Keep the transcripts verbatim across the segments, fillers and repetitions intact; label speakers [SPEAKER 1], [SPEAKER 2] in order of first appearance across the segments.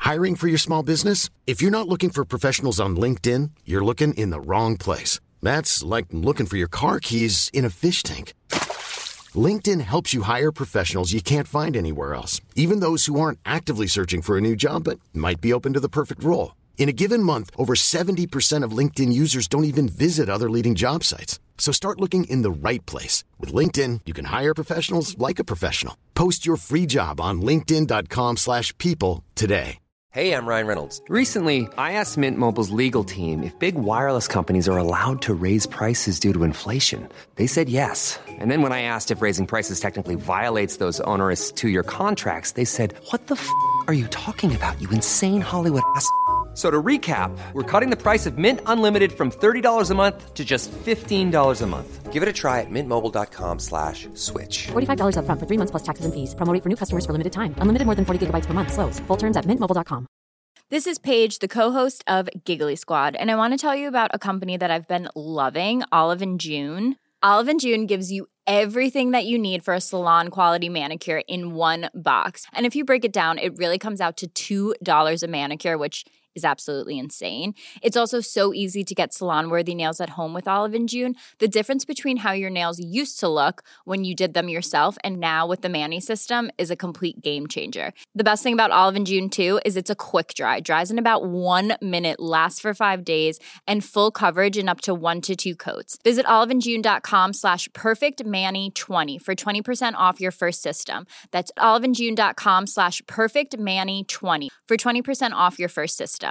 [SPEAKER 1] Hiring for your small business? If you're not looking for professionals on LinkedIn, you're looking in the wrong place. That's like looking for your car keys in a fish tank. LinkedIn helps you hire professionals you can't find anywhere else, even those who aren't actively searching for a new job but might be open to the perfect role. In a given month, over seventy percent of LinkedIn users don't even visit other leading job sites. So start looking in the right place. With LinkedIn, you can hire professionals like a professional. Post your free job on linkedin dot com slash people today.
[SPEAKER 2] Hey, I'm Ryan Reynolds. Recently, I asked Mint Mobile's legal team if big wireless companies are allowed to raise prices due to inflation. They said yes. And then when I asked if raising prices technically violates those onerous two-year contracts, they said, what the f*** are you talking about, you insane Hollywood ass f- So to recap, we're cutting the price of Mint Unlimited from thirty dollars a month to just fifteen dollars a month. Give it a try at mintmobile.com slash switch.
[SPEAKER 3] forty-five dollars up front for three months plus taxes and fees. Promo rate for new customers for limited time. Unlimited more than forty gigabytes per month. Slows full terms at mint mobile dot com.
[SPEAKER 4] This is Paige, the co-host of Giggly Squad, and I want to tell you about a company that I've been loving, Olive and June. Olive and June gives you everything that you need for a salon-quality manicure in one box. And if you break it down, it really comes out to two dollars a manicure, which is absolutely insane. It's also so easy to get salon-worthy nails at home with Olive and June. The difference between how your nails used to look when you did them yourself and now with the Mani system is a complete game changer. The best thing about Olive and June, too, is it's a quick dry. Dries in about one minute, lasts for five days, and full coverage in up to one to two coats. Visit oliveandjune.com slash perfectmani20 for twenty percent off your first system. That's oliveandjune.com slash perfectmani20 for twenty percent off your first system.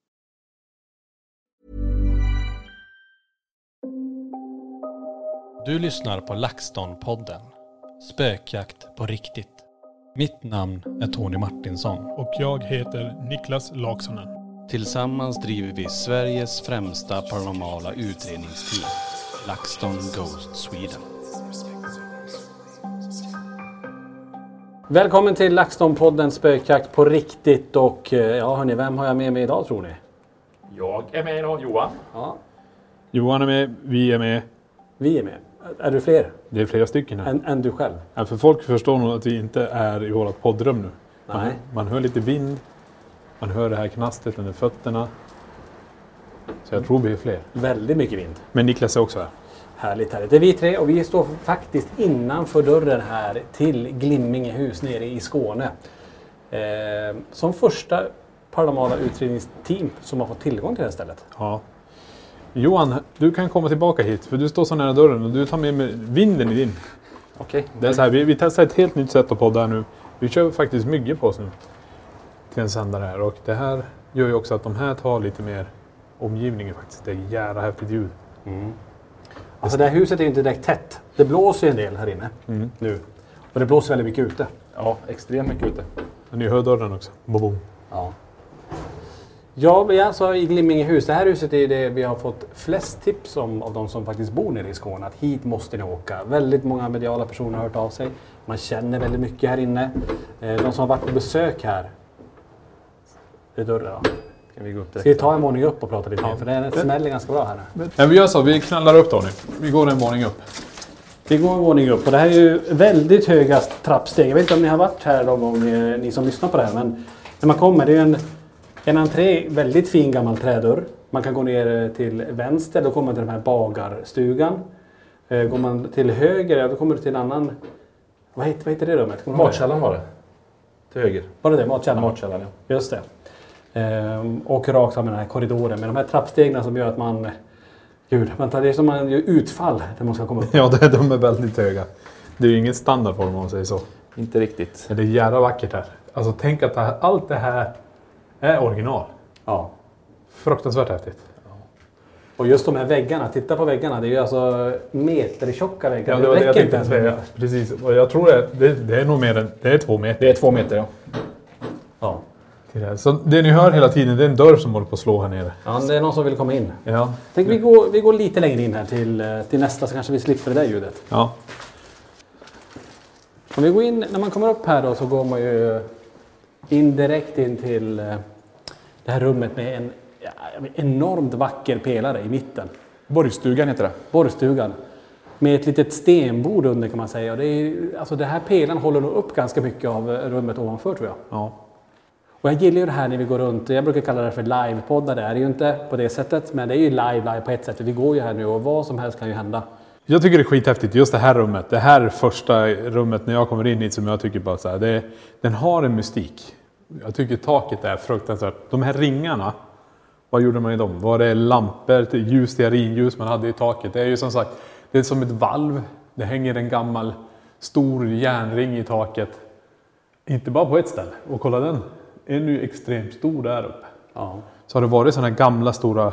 [SPEAKER 5] Du lyssnar på LaxTon-podden. Spökjakt på riktigt. Mitt namn är Tony Martinsson.
[SPEAKER 6] Och jag heter Niklas Laksonen.
[SPEAKER 5] Tillsammans driver vi Sveriges främsta paranormala utredningsteam. LaxTon Ghost Sweden.
[SPEAKER 7] Välkommen till LaxTon-podden Spökjakt på riktigt. Och ja, hörni, vem har jag med mig idag tror ni?
[SPEAKER 8] Jag är med idag, Johan.
[SPEAKER 7] Ja.
[SPEAKER 6] Johan är med, vi är med.
[SPEAKER 7] Vi är med. Är du fler?
[SPEAKER 6] Det är flera stycken här.
[SPEAKER 7] Än, än du själv?
[SPEAKER 6] Ja, för folk förstår nog att vi inte är i vårt poddrum nu. Man,
[SPEAKER 7] Nej.
[SPEAKER 6] man hör lite vind. Man hör det här knastet under fötterna. Så jag tror vi är fler.
[SPEAKER 7] Väldigt mycket vind.
[SPEAKER 6] Men Niklas är också här.
[SPEAKER 7] Härligt, härligt. Det är vi tre och vi står faktiskt innanför dörren här till Glimmingehus nere i Skåne. Eh, som första paranormala utredningsteam som har fått tillgång till det här stället.
[SPEAKER 6] Ja. Johan, du kan komma tillbaka hit för du står så nära dörren och du tar med, med vinden i din.
[SPEAKER 7] Okej.
[SPEAKER 6] Det är så här, vi, vi testar ett helt nytt sätt att podda nu. Vi kör faktiskt mycket på oss nu till en sändare här och det här gör ju också att de här tar lite mer omgivningen faktiskt. Det är jävla häftigt ljud.
[SPEAKER 7] Mm. Alltså det här huset är ju inte direkt tätt. Det blåser en del här inne
[SPEAKER 6] Mm.
[SPEAKER 7] nu. Och det blåser väldigt mycket ute.
[SPEAKER 8] Ja, extremt mycket ute.
[SPEAKER 6] Och ni hör dörren också. Boom.
[SPEAKER 7] Ja. Ja, vi är alltså i Glimmingehus. Det här huset är det vi har fått flest tips om av de som faktiskt bor nere i Skåne. Att hit måste ni åka. Väldigt många mediala personer har hört av sig. Man känner väldigt mycket här inne. De som har varit på besök här. Det är dörren då.
[SPEAKER 8] Kan vi gå upp direkt?
[SPEAKER 7] Ska vi ta en våning upp och prata lite
[SPEAKER 6] Ja.
[SPEAKER 7] mer? För det smäller ganska bra här nu.
[SPEAKER 6] Ja, vi gör så, vi knallar upp då nu. Vi går en våning upp.
[SPEAKER 7] Vi går en våning upp och det här är ju väldigt höga trappsteg. Jag vet inte om ni har varit här någon gång, ni, ni som lyssnar på det här. Men när man kommer, det är ju en, en entré, väldigt fin gammal trädörr. Man kan gå ner till vänster, då kommer man till den här bagarstugan. Eh, går man till höger, då kommer du till en annan... Vad heter, vad heter det rummet?
[SPEAKER 8] Matkällan var det. Till höger.
[SPEAKER 7] Var det det? Matkällan?
[SPEAKER 8] Matkällan, ja.
[SPEAKER 7] Just det. Ehm, och rakt av med den här korridoren med de här trappstegen som gör att man... Gud, vänta, det är som man gör utfall när man ska komma upp.
[SPEAKER 6] Ja, det, de är väldigt höga. Det är ju ingen standardform om man säger så.
[SPEAKER 8] Inte riktigt.
[SPEAKER 6] Men det är jävla vackert här. Alltså tänk att det här, allt det här är original.
[SPEAKER 7] Ja.
[SPEAKER 6] Fruktansvärt häftigt.
[SPEAKER 7] Och just de här väggarna, titta på väggarna, det är ju alltså metertjocka väggar.
[SPEAKER 6] Ja, det,
[SPEAKER 7] det
[SPEAKER 6] var det jag
[SPEAKER 7] räcker
[SPEAKER 6] tänkte
[SPEAKER 7] inte
[SPEAKER 6] säga.
[SPEAKER 7] ens.
[SPEAKER 6] Precis, och jag tror det, det, det är nog mer än, det är två meter.
[SPEAKER 8] Det är två meter, ja.
[SPEAKER 7] Ja.
[SPEAKER 6] Till det här. Så det ni hör hela tiden, det är en dörr som håller på att slå här nere.
[SPEAKER 7] Ja, det är någon som vill komma in.
[SPEAKER 6] Ja.
[SPEAKER 7] Tänk vi går, vi går lite längre in här till, till nästa så kanske vi slipper det där ljudet.
[SPEAKER 6] Ja.
[SPEAKER 7] Om vi går in, när man kommer upp här då så går man ju in direkt in till det här rummet med en ja, enormt vacker pelare i mitten.
[SPEAKER 8] Borgstugan heter det.
[SPEAKER 7] Borgstugan. Med ett litet stenbord under kan man säga. Och det, är, alltså det här pelaren håller nog upp ganska mycket av rummet ovanför tror jag.
[SPEAKER 6] Ja.
[SPEAKER 7] Och jag gillar ju det här när vi går runt, jag brukar kalla det för livepoddar, det är ju inte på det sättet, men det är ju live, live på ett sätt. Vi går ju här nu och vad som helst kan ju hända.
[SPEAKER 6] Jag tycker det är skithäftigt, just det här rummet. Det här första rummet när jag kommer in hit som jag tycker bara så här, det, den har en mystik. Jag tycker taket är fruktansvärt. De här ringarna, vad gjorde man i dem? Var det lampor, ljus, stearinljus man hade i taket? Det är ju som sagt, det är som ett valv. Det hänger en gammal stor järnring i taket. Inte bara på ett ställe. Och kolla den, är nu extremt stor där uppe.
[SPEAKER 7] Ja.
[SPEAKER 6] Så har det varit sådana gamla stora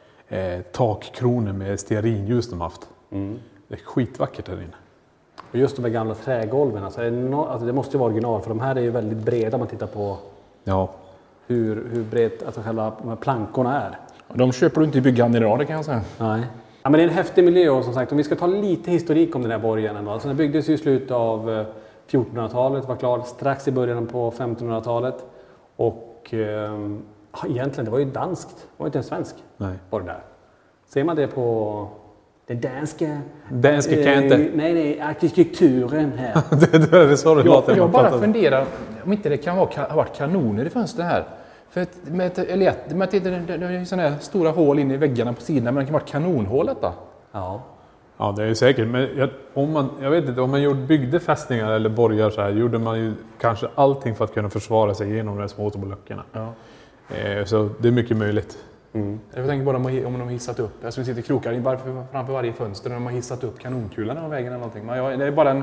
[SPEAKER 6] eh, takkronor med stearinljus de haft. Mm. Det är skitvackert här inne.
[SPEAKER 7] Och just de här gamla trägolven, alltså, är det, no, alltså det måste ju vara original för de här är ju väldigt breda om man tittar på
[SPEAKER 6] ja.
[SPEAKER 7] hur, hur brett alltså själva de här plankorna är.
[SPEAKER 8] De köper du inte i bygghandeln idag, det kan jag säga.
[SPEAKER 7] Nej. Ja, men det är en häftig miljö och som sagt, om vi ska ta lite historik om den här borgen ändå. Alltså den byggdes ju i slutet av fjortonhundratalet, var klar strax i början på femtonhundratalet. Och eh, egentligen, det var ju danskt, det var inte en svensk
[SPEAKER 6] Nej.
[SPEAKER 7] borg där. Ser man det på den danska...
[SPEAKER 6] Danska
[SPEAKER 7] eh,
[SPEAKER 6] kan inte.
[SPEAKER 7] Nej, nej, arkitekturen här.
[SPEAKER 6] det, det, det så det
[SPEAKER 8] jag
[SPEAKER 6] låter.
[SPEAKER 8] jag bara funderar om inte det kan ha varit kanoner i fönstret här. För att, med, eller, med att det, det, det, det är sådana här stora hål inne i väggarna på sidorna, men det kan vara kanonhål detta.
[SPEAKER 7] Ja.
[SPEAKER 6] Ja, det är säkert. Men jag, om man, jag vet inte, om man gjorde, byggde fästningar eller borgar så här, gjorde man ju kanske allting för att kunna försvara sig genom de här små luckorna.
[SPEAKER 8] Ja.
[SPEAKER 6] Eh, så det är mycket möjligt.
[SPEAKER 8] Mm. Jag tänker bara om de har hissat upp, jag skulle sitta i krokar varför, framför varje fönster när de har hissat upp kanonkulan på väggen eller någonting. Men jag, det är bara en,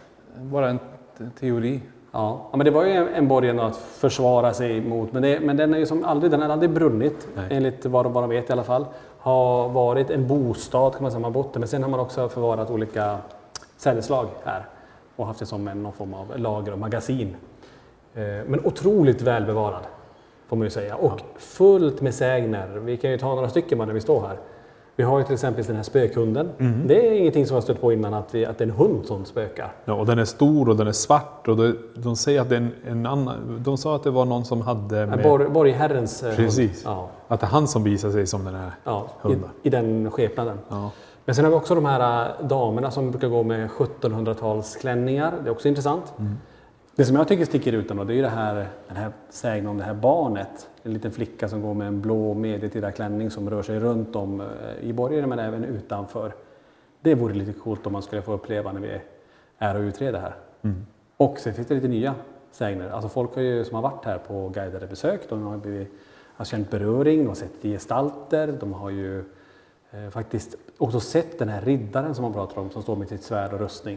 [SPEAKER 8] bara en teori.
[SPEAKER 7] Ja. Ja, men det var ju en, en borgen att försvara sig mot, men, det, men den är ju som aldrig, den har aldrig brunnit,
[SPEAKER 6] Nej.
[SPEAKER 7] enligt vad de, vad de vet i alla fall. Har varit en bostad kan man säga, man bott där, men sen har man också förvarat olika sädesslag här och haft det som en, någon form av lager och magasin. Eh, men otroligt välbevarad får man ju säga, och ja. fullt med sägner. Vi kan ju ta några stycken när vi står här. Vi har ju till exempel den här spökhunden. Mm. Det är ingenting som har stött på innan att, vi, att det är en hund som spökar.
[SPEAKER 6] Ja, och den är stor och den är svart och det, de säger att det är en, en annan. De sa att det var någon som hade med
[SPEAKER 7] Borg, borgherrens
[SPEAKER 6] precis.
[SPEAKER 7] hund. Ja.
[SPEAKER 6] Att det är han som visar sig som den här
[SPEAKER 7] ja,
[SPEAKER 6] hunden.
[SPEAKER 7] I, i den skepnaden.
[SPEAKER 6] Ja.
[SPEAKER 7] Men sen har vi också de här damerna som brukar gå med sjuttonhundratalsklänningar. Det är också intressant. Mm. Det som jag tycker sticker ut då, det är ju det här, den här sägnen om det här barnet. En liten flicka som går med en blå medeltida klänning som rör sig runt om i borgen men även utanför. Det vore lite coolt om man skulle få uppleva när vi är och utreder här. Mm. Och sen finns det lite nya sägner. Alltså folk har ju, som har varit här på guidade besök, de har, blivit, har känt beröring, de har sett gestalter, de har ju eh, faktiskt också sett den här riddaren som man pratar om som står med sitt svärd och rustning.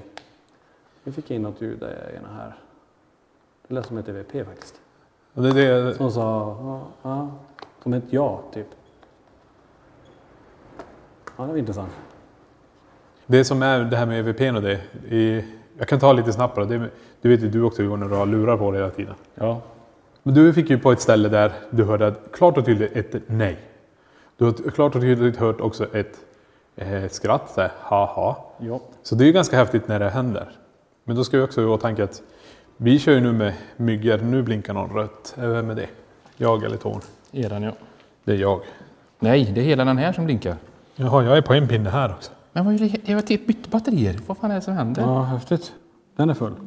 [SPEAKER 7] Vi fick in något ljud där ena här. Det lät som ett E V P faktiskt.
[SPEAKER 6] Och det är det...
[SPEAKER 7] Som sa, ja, ja, som ett ja, typ. Ja, det var intressant.
[SPEAKER 6] Det som är det här med E V P och det, är, jag kan ta lite snabbare, det, du vet ju du också Johan när du har lurar på dig hela tiden.
[SPEAKER 8] Ja.
[SPEAKER 6] Men du fick ju på ett ställe där du hörde klart och tydligt ett nej. Du har klart och tydligt hört också ett eh, skratt, så här, haha.
[SPEAKER 8] Ja.
[SPEAKER 6] Så det är ju ganska häftigt när det händer. Men då ska vi också ha tanke att vi kör ju nu med myggor, nu blinkar någon rött. Vem är det? Jag eller Torn?
[SPEAKER 8] Eran, ja.
[SPEAKER 6] Det är jag.
[SPEAKER 8] Nej, det är hela den här som blinkar.
[SPEAKER 6] Jaha, jag är på en pinne här också.
[SPEAKER 8] Men vad är det? Det var typ bytt batterier. Vad fan är det som händer?
[SPEAKER 7] Ja, häftigt. Den är full.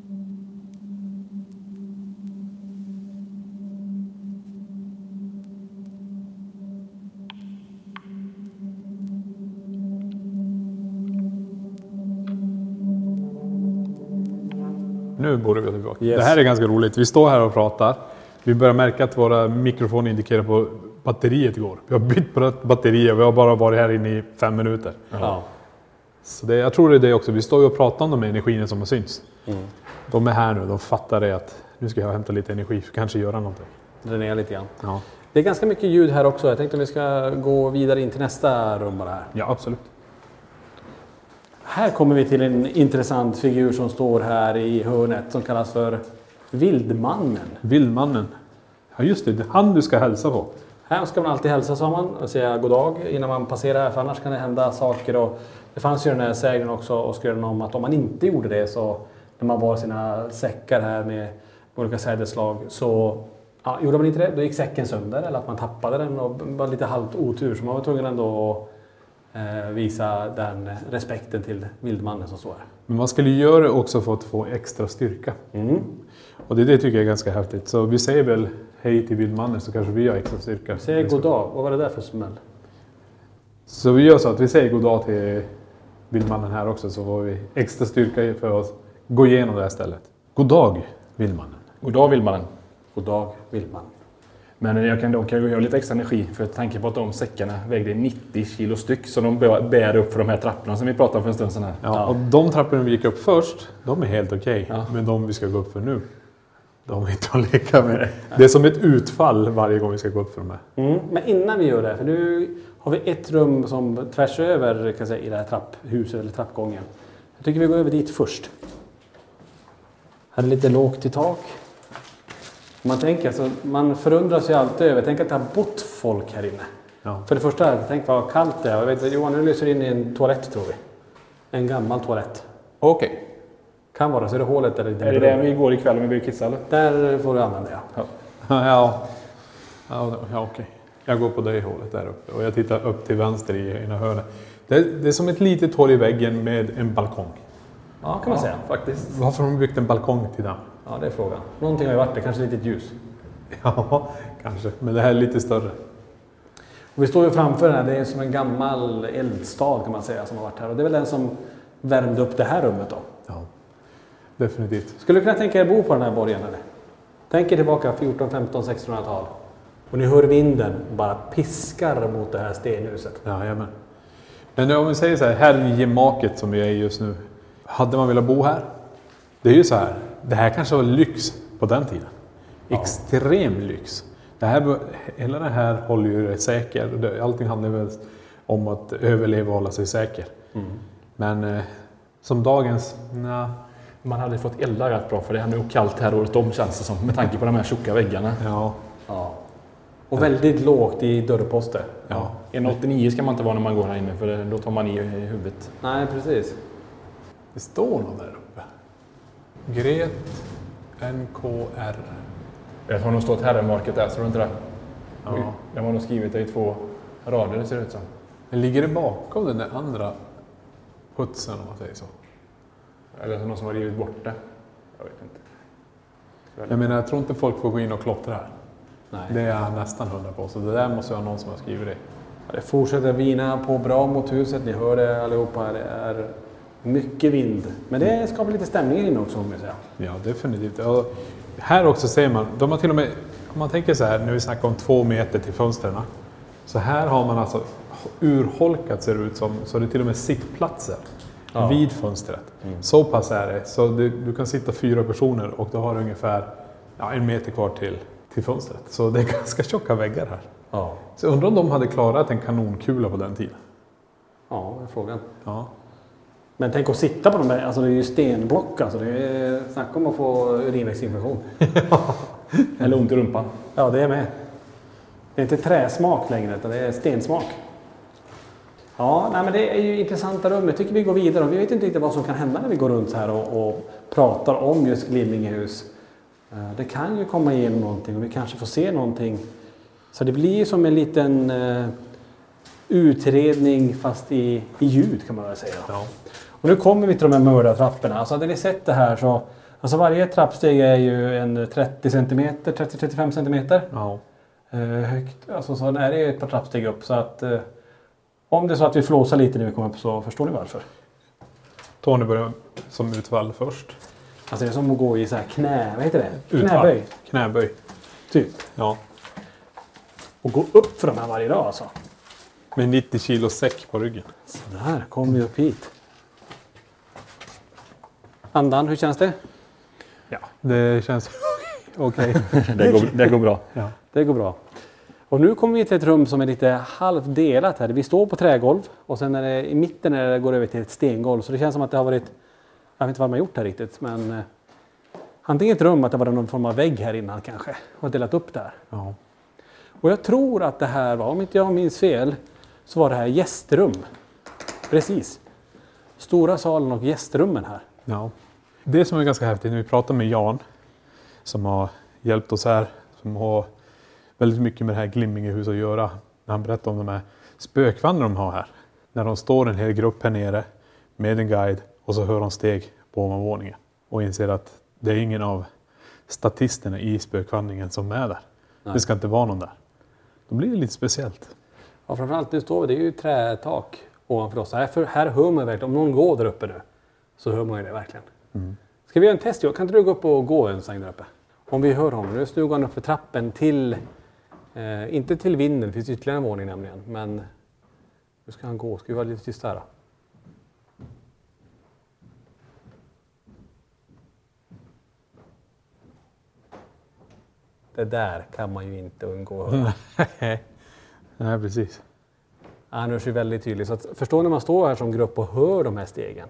[SPEAKER 6] Nu borde vi tillbaka.
[SPEAKER 7] Yes.
[SPEAKER 6] Det här är ganska roligt. Vi står här och pratar. Vi börjar märka att våra mikrofoner indikerar på batteriet går. Vi har bytt på batterier. Vi har bara varit här inne i fem minuter.
[SPEAKER 7] Ja.
[SPEAKER 6] Så det, jag tror det är det också. Vi står ju och pratar om de energierna som har synts.
[SPEAKER 7] Mm.
[SPEAKER 6] De är här nu. De fattar det att nu ska jag hämta lite energi för kanske göra någonting.
[SPEAKER 7] Dränera lite grann.
[SPEAKER 6] Ja.
[SPEAKER 7] Det är ganska mycket ljud här också. Jag tänkte att vi ska gå vidare in till nästa rum bara här.
[SPEAKER 6] Ja, absolut.
[SPEAKER 7] Här kommer vi till en intressant figur som står här i hörnet som kallas för Vildmannen.
[SPEAKER 6] Vildmannen. Ja just det, det är han du ska hälsa på.
[SPEAKER 7] Här ska man alltid hälsa, sa man, och säga god dag innan man passerar här, för annars kan det hända saker. Och det fanns ju den här sägnen också och skrönen om att om man inte gjorde det, så när man bar sina säckar här med olika sädesslag, så ja, gjorde man inte det, då gick säcken sönder eller att man tappade den och var lite halvt otur, så man var tvungen ändå att eh, visa den respekten till Vildmannen som står här.
[SPEAKER 6] Men man skulle göra det också för att få extra styrka.
[SPEAKER 7] Mm.
[SPEAKER 6] Och det, det tycker jag är ganska häftigt. Så vi säger väl hej till Vildmannen så kanske vi har extra styrka.
[SPEAKER 7] Säg god dag. Vad var det där för smäll?
[SPEAKER 6] Så vi gör så att vi säger god dag till Vildmannen här också, så får vi extra styrka för att gå igenom det här stället. God dag, Vildmannen.
[SPEAKER 8] God dag, Vildmannen.
[SPEAKER 7] God dag, Vildmannen.
[SPEAKER 8] Men jag kan, de kan ju ha lite extra energi för tanke på att de säckarna vägde nittio kilo styck så de bär upp för de här trapporna som vi pratade om för en stund sedan här.
[SPEAKER 6] Ja, ja. Och de trapporna vi gick upp först, de är helt okej. Okay.
[SPEAKER 8] Ja.
[SPEAKER 6] Men de vi ska gå upp för nu, de är inte att leka med. Det är som ett utfall varje gång vi ska gå upp för de här.
[SPEAKER 7] Mm. Men innan vi gör det, för nu har vi ett rum som tvärs över kan jag säga, i det här trapphuset eller trappgången. Jag tycker vi går över dit först. Här är lite lågt i tak. Man tänker, alltså, man förundras ju alltid över, tänk att det har bott folk här inne.
[SPEAKER 6] Ja.
[SPEAKER 7] För det första, tänk vad kallt det är. Jag vet, Johan, nu lyser in i en toalett tror vi. En gammal toalett.
[SPEAKER 8] Okej. Okay.
[SPEAKER 7] Kan vara, så är det hålet där.
[SPEAKER 8] Är det där vi går ikväll om vi blir kissa eller?
[SPEAKER 7] Där får du använda, ja.
[SPEAKER 6] Ja, ja. ja, ja okej. Okay. Jag går på det hålet där uppe och jag tittar upp till vänster i ena hörnet. Det är, det är som ett litet hål i väggen med en balkong.
[SPEAKER 7] Ja, kan man
[SPEAKER 8] ja,
[SPEAKER 7] säga.
[SPEAKER 8] Faktiskt.
[SPEAKER 6] Varför har de byggt en balkong till den?
[SPEAKER 7] Ja, det är frågan. Någonting har ju varit det, kanske lite ljus.
[SPEAKER 6] Ja, kanske. Men det här är lite större.
[SPEAKER 7] Och vi står ju framför den här, det är som en gammal eldstad kan man säga som har varit här. Och det är väl den som värmde upp det här rummet då?
[SPEAKER 6] Ja, definitivt.
[SPEAKER 7] Skulle du kunna tänka er bo på den här borgen eller? Tänk er tillbaka fjorton, femton, sextonhundratal. Och ni hör vinden bara piskar mot det här stenhuset.
[SPEAKER 6] Ja, jamen. Men om vi säger så här, här i gemaket som vi är i just nu. Hade man velat bo här? Det är ju så här, det här kanske var lyx på den tiden. Ja. Extrem lyx. Det här, hela det här håller ju dig säker. Allting handlar väl om att överleva och hålla sig säker. Mm. Men eh, som dagens, nej.
[SPEAKER 8] Man hade fått elda rätt bra för det är nog kallt här året om känns det som. Med tanke på de här tjocka väggarna.
[SPEAKER 6] Ja.
[SPEAKER 7] Ja. Och väldigt lågt i dörrposter.
[SPEAKER 6] Ja.
[SPEAKER 8] en komma åttionio ska man inte vara när man går här inne för då tar man i, i huvudet.
[SPEAKER 7] Nej, precis.
[SPEAKER 6] Det står någon där uppe. Gret N K R.
[SPEAKER 8] Det har nog stått herremarket där, så du inte det?
[SPEAKER 6] Ja.
[SPEAKER 8] Det har nog skrivit det i två rader, det ser ut som.
[SPEAKER 6] Men ligger det bakom den där andra putsen om man säger så?
[SPEAKER 8] Eller någon som har rivit bort det. Jag vet inte.
[SPEAKER 6] Jag menar, jag tror inte folk får gå in och klottra här.
[SPEAKER 7] Nej.
[SPEAKER 6] Det är jag nästan hundra på. Så det där måste vara någon som har skrivit det.
[SPEAKER 7] Ja, det fortsätter vina på bra mot huset. Ni hör det allihopa. Det är mycket vind. Men det skapar lite stämning inne också om jag säger.
[SPEAKER 6] Ja, definitivt. Och här också ser man, de har till och med, om man tänker så här, när vi snackar om två meter till fönstren. Så här har man alltså urholkat ser det ut som, så det är till och med sittplatser. Ja. Vid fönstret. Mm. Så pass är det. Så du, du kan sitta fyra personer och då har du ungefär ja, en meter kvar till, till fönstret. Så det är ganska tjocka väggar här. Ja. Så jag undrar om de hade klarat en kanonkula på den tiden.
[SPEAKER 7] Ja, det är frågan.
[SPEAKER 6] Ja.
[SPEAKER 7] Men tänk att sitta på de där, alltså det är ju stenblock alltså. Det är snack om att få urinvägsinfektion.
[SPEAKER 8] Eller ont i rumpan.
[SPEAKER 7] Ja, det är med. Det är inte träsmak längre utan det är stensmak. Ja, nej, men det är ju intressanta rum. Jag tycker vi går vidare och vi vet inte riktigt vad som kan hända när vi går runt här och, och pratar om just Glimmingehus. Det kan ju komma igenom någonting och vi kanske får se någonting. Så det blir som en liten uh, utredning fast i, i ljud kan man väl säga. Ja. Och nu kommer vi till de här mördartrapporna. Alltså hade ni sett det här så, alltså varje trappsteg är ju en trettio centimeter, trettio till trettiofem centimeter.
[SPEAKER 6] Ja.
[SPEAKER 7] Uh, högt. Alltså så är det ett par trappsteg upp så att uh, om det är så att vi flåsar lite när vi kommer upp så förstår ni varför.
[SPEAKER 6] Tony börjar som utfall först.
[SPEAKER 7] Alltså det är som att gå i så här knä, vad heter det?
[SPEAKER 6] Utfall.
[SPEAKER 7] Knäböj.
[SPEAKER 6] Knäböj.
[SPEAKER 7] Typ.
[SPEAKER 6] Ja.
[SPEAKER 7] Och gå upp för de här varje dag alltså.
[SPEAKER 6] Med nittio kilo säck på ryggen.
[SPEAKER 7] Så där kommer vi upp hit. Andan, hur känns det?
[SPEAKER 6] Ja, det känns okej.
[SPEAKER 8] Okay. det, går, det går bra.
[SPEAKER 7] Ja. Det går bra. Och nu kommer vi till ett rum som är lite halvdelat här. Vi står på trägolv och sen är det, i mitten är det, går det över till ett stengolv. Så det känns som att det har varit, jag vet inte vad de har gjort här riktigt, men eh, antingen ett rum att det var någon form av vägg här innan kanske och delat upp där.
[SPEAKER 6] Ja.
[SPEAKER 7] Och jag tror att det här var, om inte jag minns fel, så var det här gästrum. Precis. Stora salen och gästrummen här.
[SPEAKER 6] Ja. Det som är ganska häftigt när vi pratar med Jan som har hjälpt oss här, som har väldigt mycket med det här Glimmingehus att göra. När han berättar om de här spökvandrarna de har här. När de står en hel grupp här nere med en guide och så hör de steg på ovanvåningen. Och inser att det är ingen av statisterna i spökvandringen som är där. Nej. Det ska inte vara någon där. Då blir det lite speciellt.
[SPEAKER 7] Ja, framförallt nu står vi, det är ju trätak ovanför oss. Här, för, här hör man verkligen, om någon går där uppe nu så hör man ju det verkligen. Mm. Ska vi göra en test? Kan inte du gå upp och gå en sväng där uppe? Om vi hör honom. Nu stod han upp för trappen till, eh, inte till vinden, det finns ytterligare en våning nämligen. Men nu ska han gå, ska vi vara lite tysta här då? Det där kan man ju inte undgå att höra.
[SPEAKER 6] Nej, precis.
[SPEAKER 7] Han hörs ju väldigt tydligt. Så att, förstå när man står här som grupp och hör de här stegen.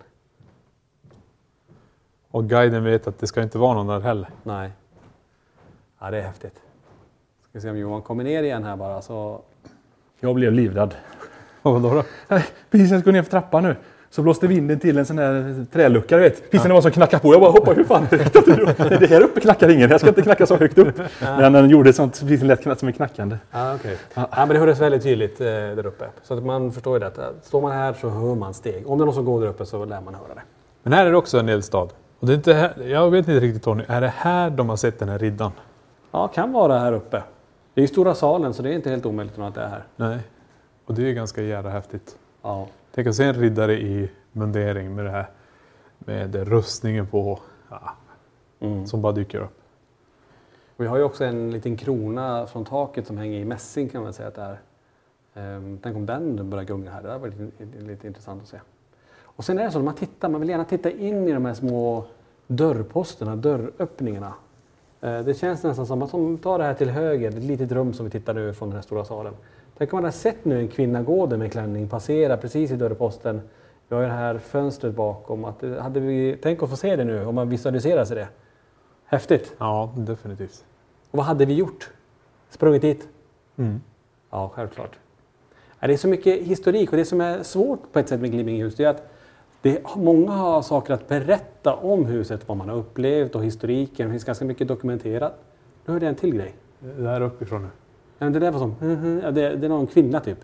[SPEAKER 6] Och guiden vet att det ska inte vara någon där heller.
[SPEAKER 7] Nej. Ja, det är häftigt. Ska se om Johan kommer ner igen här bara. Så...
[SPEAKER 8] Jag blev livrädd.
[SPEAKER 6] Vad då?
[SPEAKER 8] Precis när jag skulle ner för trappan nu. Så blåste vinden till en sån där trälucka, du vet. Precis när det var som knackade på. Jag bara hoppade, hur fan? Det här uppe knackar ingen. Jag ska inte knacka så högt upp. Ja. Men den gjorde sånt, precis en lätt knack som är knackande.
[SPEAKER 7] Ja, okej. Okay. Ja, men det hördes väldigt tydligt eh, där uppe. Så att man förstår ju det. Står man här så hör man steg. Om det är någon som går där uppe så lär man höra det.
[SPEAKER 6] Men här är det också en eldstad. Och det är inte här, jag vet inte riktigt, Tony. Är det här de har sett den här riddan?
[SPEAKER 7] Ja, kan vara här uppe. Det är ju stora salen så det är inte helt omöjligt att det är här.
[SPEAKER 6] Nej. Och det är ganska jävla häftigt.
[SPEAKER 7] Ja.
[SPEAKER 6] Tänk att se en riddare i mundering med det här. Med rustningen på. Ja, mm. Som bara dyker upp.
[SPEAKER 7] Vi har ju också en liten krona från taket som hänger i mässing kan man säga att det är. Ehm, tänk om den börjar gunga här. Det var lite, lite, lite intressant att se. Och sen är det så att man tittar, man vill gärna titta in i de här små dörrposterna, dörröppningarna. Ehm, det känns nästan som att om tar det här till höger, ett litet rum som vi tittar nu från den här stora salen. Tänk om man har sett nu en kvinna gå där med klänning passera precis i dörrposten. Vi har ju det här fönstret bakom. Att, hade vi, tänk att få se det nu om man visualiserar sig det. Häftigt.
[SPEAKER 6] Ja, definitivt.
[SPEAKER 7] Och vad hade vi gjort? Sprungit dit?
[SPEAKER 6] Mm.
[SPEAKER 7] Ja, självklart. Det är så mycket historik och det som är svårt på ett sätt med Glimmingehus det är att det, många har saker att berätta om huset, vad man har upplevt och historiken. Det finns ganska mycket dokumenterat. Nu hörde jag en till grej.
[SPEAKER 6] Det här uppifrån nu.
[SPEAKER 7] Ja, det där var som, ja, det, det är någon kvinna typ.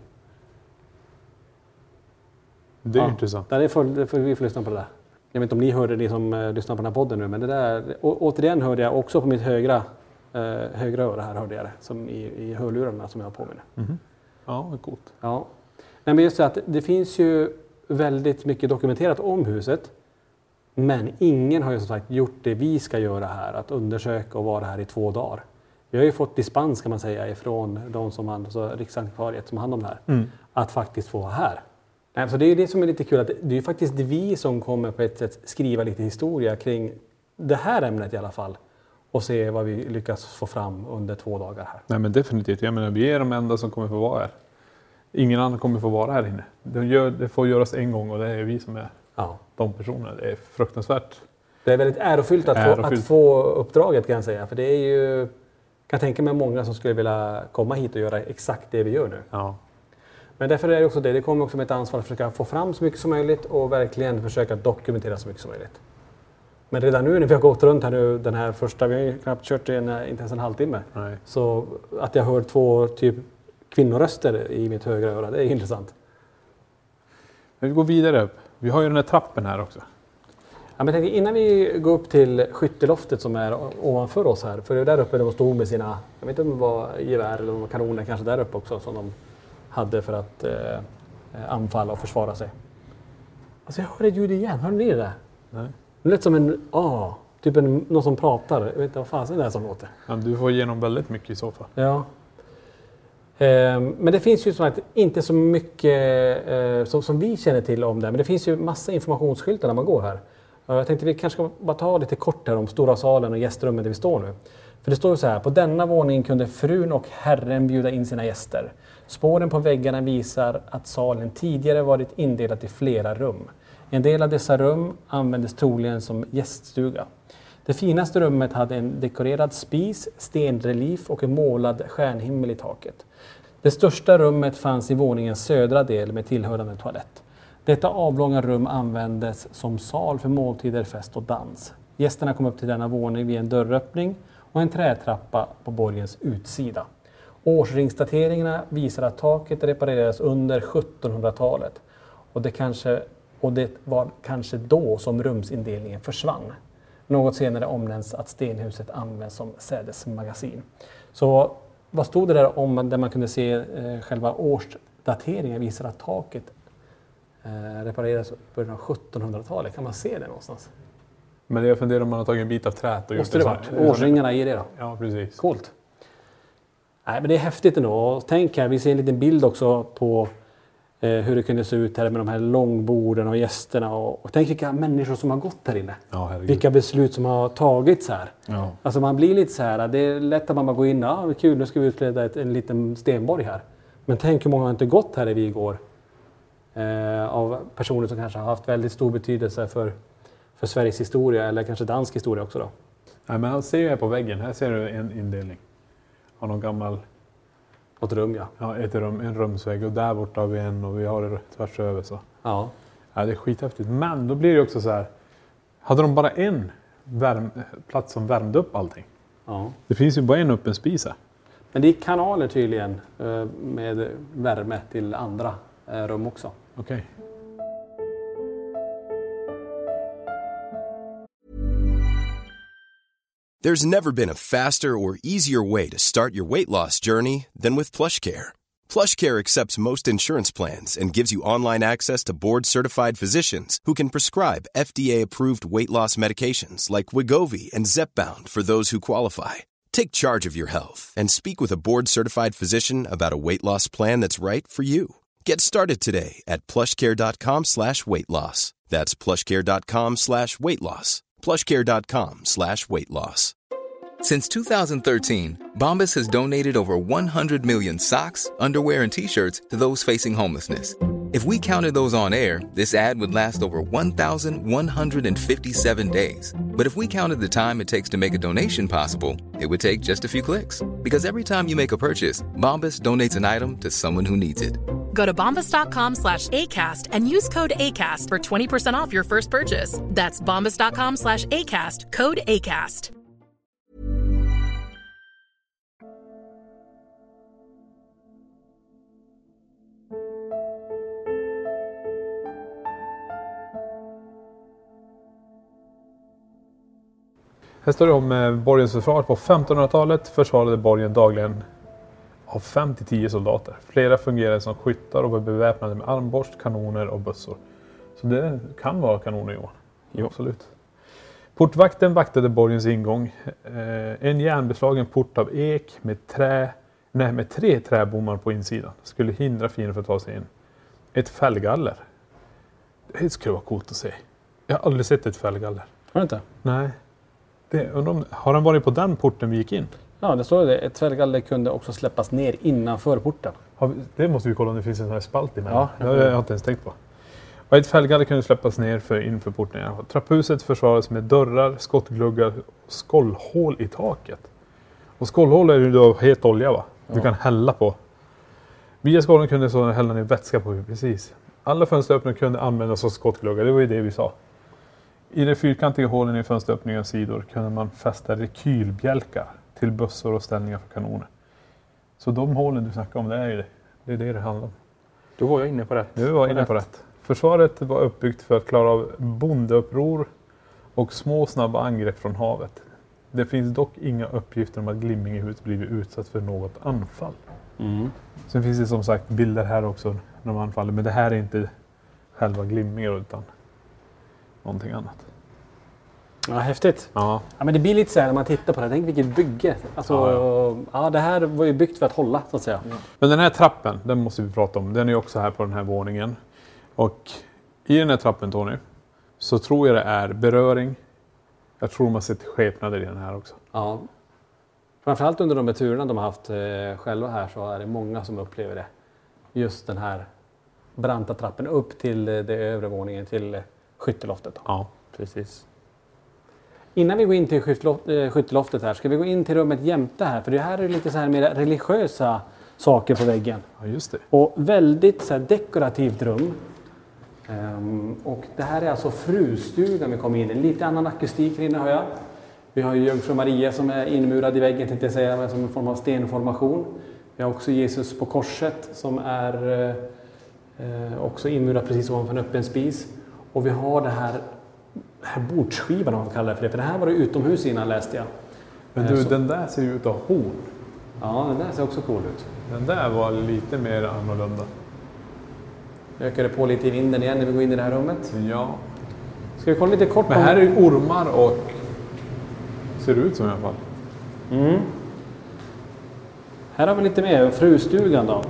[SPEAKER 6] Det är
[SPEAKER 7] ja,
[SPEAKER 6] intressant.
[SPEAKER 7] Det får, det får vi får lyssna på det där. Jag vet inte om ni hörde det som uh, lyssnar på den här podden nu, men det där, å, återigen hörde jag också på mitt högra, uh, högra öra här hörde jag det, som i, i hörlurarna som jag har på mig nu.
[SPEAKER 6] Mm-hmm. Ja, det är coolt.
[SPEAKER 7] Ja. Nej, men just det att det finns ju väldigt mycket dokumenterat om huset, men ingen har ju som sagt gjort det vi ska göra här, att undersöka och vara här i två dagar. Vi har ju fått dispens kan man säga ifrån de som hand, alltså Riksantikvariet som hand om det här, mm. att faktiskt få vara här. Så det är det som är lite kul, att det är ju faktiskt vi som kommer på ett sätt skriva lite historia kring det här ämnet i alla fall. Och se vad vi lyckas få fram under två dagar här.
[SPEAKER 6] Nej men definitivt, jag menar vi är de enda som kommer få vara här. Ingen annan kommer få vara här inne. Det, gör, det får göras en gång och det är vi som är ja. de personerna. Det är fruktansvärt.
[SPEAKER 7] Det är väldigt ärofyllt att, ärofyllt. Få, att få uppdraget kan jag säga. För det är ju, kan tänka mig många som skulle vilja komma hit och göra exakt det vi gör nu.
[SPEAKER 6] Ja.
[SPEAKER 7] Men därför är det också det. Det kommer också med ett ansvar att försöka få fram så mycket som möjligt och verkligen försöka dokumentera så mycket som möjligt. Men redan nu när vi har gått runt här nu, den här första, vi har ju knappt kört en, inte ens en halvtimme.
[SPEAKER 6] Nej.
[SPEAKER 7] Så att jag hör två typ kvinnoröster i mitt högra öra, det är intressant.
[SPEAKER 6] Men vi går vidare upp. Vi har ju den här trappen här också.
[SPEAKER 7] Ja, men tänkte, innan vi går upp till skytteloftet som är ovanför oss här, för det är där uppe de stod med sina, jag vet inte om det var gevär eller kanoner kanske där uppe också som de hade för att eh, anfalla och försvara sig. Alltså jag hör ett ljud igen, hör ni det där?
[SPEAKER 6] Nej.
[SPEAKER 7] Det lät som en, ah, typ en, någon som pratar, jag vet inte vad fan det är som låter.
[SPEAKER 6] Ja, du får igenom väldigt mycket i så fall.
[SPEAKER 7] Ja. Eh, men det finns ju som sagt inte så mycket eh, som, som vi känner till om det, men det finns ju massa informationsskyltar när man går här. Jag tänkte vi kanske ska bara ta lite kort här om stora salen och gästrummet där vi står nu. För det står så här, på denna våning kunde frun och herren bjuda in sina gäster. Spåren på väggarna visar att salen tidigare varit indelat i flera rum. En del av dessa rum användes troligen som gäststuga. Det finaste rummet hade en dekorerad spis, stenrelief och en målad stjärnhimmel i taket. Det största rummet fanns i våningens södra del med tillhörande toalett. Detta avlånga rum användes som sal för måltider, fest och dans. Gästerna kom upp till denna våning via en dörröppning och en trätrappa på borgens utsida. Årsringsdateringarna visar att taket reparerades under sjuttonhundratalet och det, kanske, och det var kanske då som rumsindelningen försvann. Något senare omnämns att stenhuset används som sädesmagasin. Så vad stod det där om där man kunde se eh, själva årsdateringen visar att taket eh, reparerades i början av sjuttonhundratalet. Kan man se det någonstans?
[SPEAKER 6] Men jag funderar om man har tagit en bit av träet och
[SPEAKER 7] Måste
[SPEAKER 6] gjort
[SPEAKER 7] det varit årsringarna i det då?
[SPEAKER 6] Ja, precis.
[SPEAKER 7] Coolt. Nej, men det är häftigt ändå. Och tänk här, vi ser en liten bild också på eh, hur det kunde se ut här med de här långborden och gästerna. Och, och tänk vilka människor som har gått här inne.
[SPEAKER 6] Ja,
[SPEAKER 7] vilka beslut som har tagits här.
[SPEAKER 6] Ja.
[SPEAKER 7] Alltså man blir lite så här, det är lätt att man bara går in, ja kul, nu ska vi utleda ett, en liten stenborg här. Men tänk hur många har inte gått här i Vigård. Eh, av personer som kanske har haft väldigt stor betydelse för, för Sveriges historia eller kanske dansk historia också då.
[SPEAKER 6] Nej, men han ser ju här på väggen, här ser du en indelning. Av någon gammal...
[SPEAKER 7] Ett rum, ja.
[SPEAKER 6] Ja, ett rum, en rumsvägg och där borta har vi en och vi har det tvärs över så.
[SPEAKER 7] Ja.
[SPEAKER 6] Ja, det är skithäftigt. Men då blir det också så här. Hade de bara en värm, plats som värmde upp allting?
[SPEAKER 7] Ja.
[SPEAKER 6] Det finns ju bara en öppen spis här.
[SPEAKER 7] Men det är kanaler tydligen eh, med värme till andra eh, rum också.
[SPEAKER 6] Okej. Okay.
[SPEAKER 9] There's never been a faster or easier way to start your weight loss journey than with PlushCare. PlushCare accepts most insurance plans and gives you online access to board-certified physicians who can prescribe F D A-approved weight loss medications like Wegovy and Zepbound for those who qualify. Take charge of your health and speak with a board-certified physician about a weight loss plan that's right for you. Get started today at plushcare.com slash weight loss. That's plushcare.com slash weight loss. plushcare.com slash weight loss.
[SPEAKER 10] Since two thousand thirteen, Bombas has donated over one hundred million socks, underwear, and T-shirts to those facing homelessness. If we counted those on air, this ad would last over one thousand one hundred fifty-seven days. But if we counted the time it takes to make a donation possible, it would take just a few clicks. Because every time you make a purchase, Bombas donates an item to someone who needs it.
[SPEAKER 11] Go to bombas.com slash ACAST and use code ACAST for twenty percent off your first purchase. That's bombas.com slash ACAST, code ACAST.
[SPEAKER 6] Här står det om eh, borgens försvar. På femtonhundratalet försvarade borgen dagligen av fem till tio soldater. Flera fungerade som skyttar och var beväpnade med armborst, kanoner och bössor. Så det kan vara kanoner, Johan. Jo, absolut. Portvakten vaktade borgens ingång. Eh, en järnbeslagen port av ek med, trä, nej, med tre träbommar på insidan skulle hindra fienden från att ta sig in. Ett fällgaller. Det skulle vara coolt att se. Jag har aldrig sett ett fällgaller.
[SPEAKER 7] Har du inte?
[SPEAKER 6] Nej. Det, om, har han varit på den porten vi gick in?
[SPEAKER 7] Ja, det står det. Ett fällgaller kunde också släppas ner innanför porten.
[SPEAKER 6] Vi, det måste vi kolla om det finns en sån här spalt i.
[SPEAKER 7] Ja,
[SPEAKER 6] det har jag inte ens tänkt på. Och ett fällgaller kunde släppas ner för, inför porten. Ja. Trapphuset försvarades med dörrar, skottgluggar och skållhål i taket. Och skållhål är ju då het olja, va? Du ja. kan hälla på. Via skålen kunde så hälla ner vätska på, precis. Alla fönsteröppningar kunde användas som skottgluggar, det var ju det vi sa. I de fyrkantiga hålen i fönsteröppningens sidor kunde man fästa rekylbjälkar till bössor och ställningar för kanoner. Så de hålen du snackar om, det är ju det. Det är det det handlar om.
[SPEAKER 8] Då var jag inne på rätt.
[SPEAKER 6] Du var inne på rätt. Försvaret var uppbyggt för att klara av bondeuppror och små snabba angrepp från havet. Det finns dock inga uppgifter om att Glimmingehus blivit utsatt för något anfall.
[SPEAKER 7] Mm.
[SPEAKER 6] Sen finns det som sagt bilder här också när de anfaller. Men det här är inte själva Glimminge utan någonting annat.
[SPEAKER 7] Ja, häftigt.
[SPEAKER 6] Ja.
[SPEAKER 7] Ja, men det blir lite så här när man tittar på det. Tänk vilket bygge. Alltså, ja, ja. ja, det här var ju byggt för att hålla, så att säga. Ja.
[SPEAKER 6] Men den här trappen, den måste vi prata om. Den är ju också här på den här våningen. Och i den här trappen, Tony, så tror jag det är beröring. Jag tror man sett skepnader i den här också.
[SPEAKER 7] Ja. Framförallt under de här turerna de har haft eh, själva här så är det många som upplever det. Just den här branta trappen upp till eh, det övre våningen, till eh, skytteloftet. Då.
[SPEAKER 6] Ja, precis.
[SPEAKER 7] Innan vi går in till skytteloftet här, ska vi gå in till rummet jämte här. För det här är lite så här mer religiösa saker på väggen.
[SPEAKER 6] Ja, just det.
[SPEAKER 7] Och väldigt så här dekorativt rum. Um, och det här är alltså frustugan vi kommer in i. Lite annan akustik här inne har jag. Vi har ju Jungfru Maria som är inmurad i väggen, tänkte jag säga, som en form av stenformation. Vi har också Jesus på korset som är eh, också inmurad precis ovanför en öppen spis. Och vi har det här här bordsskivan, om man kallar det för det. För det här var det utomhus innan, läste jag.
[SPEAKER 6] Men du, så. Den där ser ju ut att ha horn.
[SPEAKER 7] Ja, den där ser också cool ut.
[SPEAKER 6] Den där var lite mer annorlunda.
[SPEAKER 7] Ökar det på lite i vinden igen när vi går in i det här rummet.
[SPEAKER 6] Ja.
[SPEAKER 7] Ska vi kolla lite kort på...
[SPEAKER 6] Men här är ju ormar och... Ser det ut som i alla fall.
[SPEAKER 7] Mm. Här har vi lite mer. Frustugan då.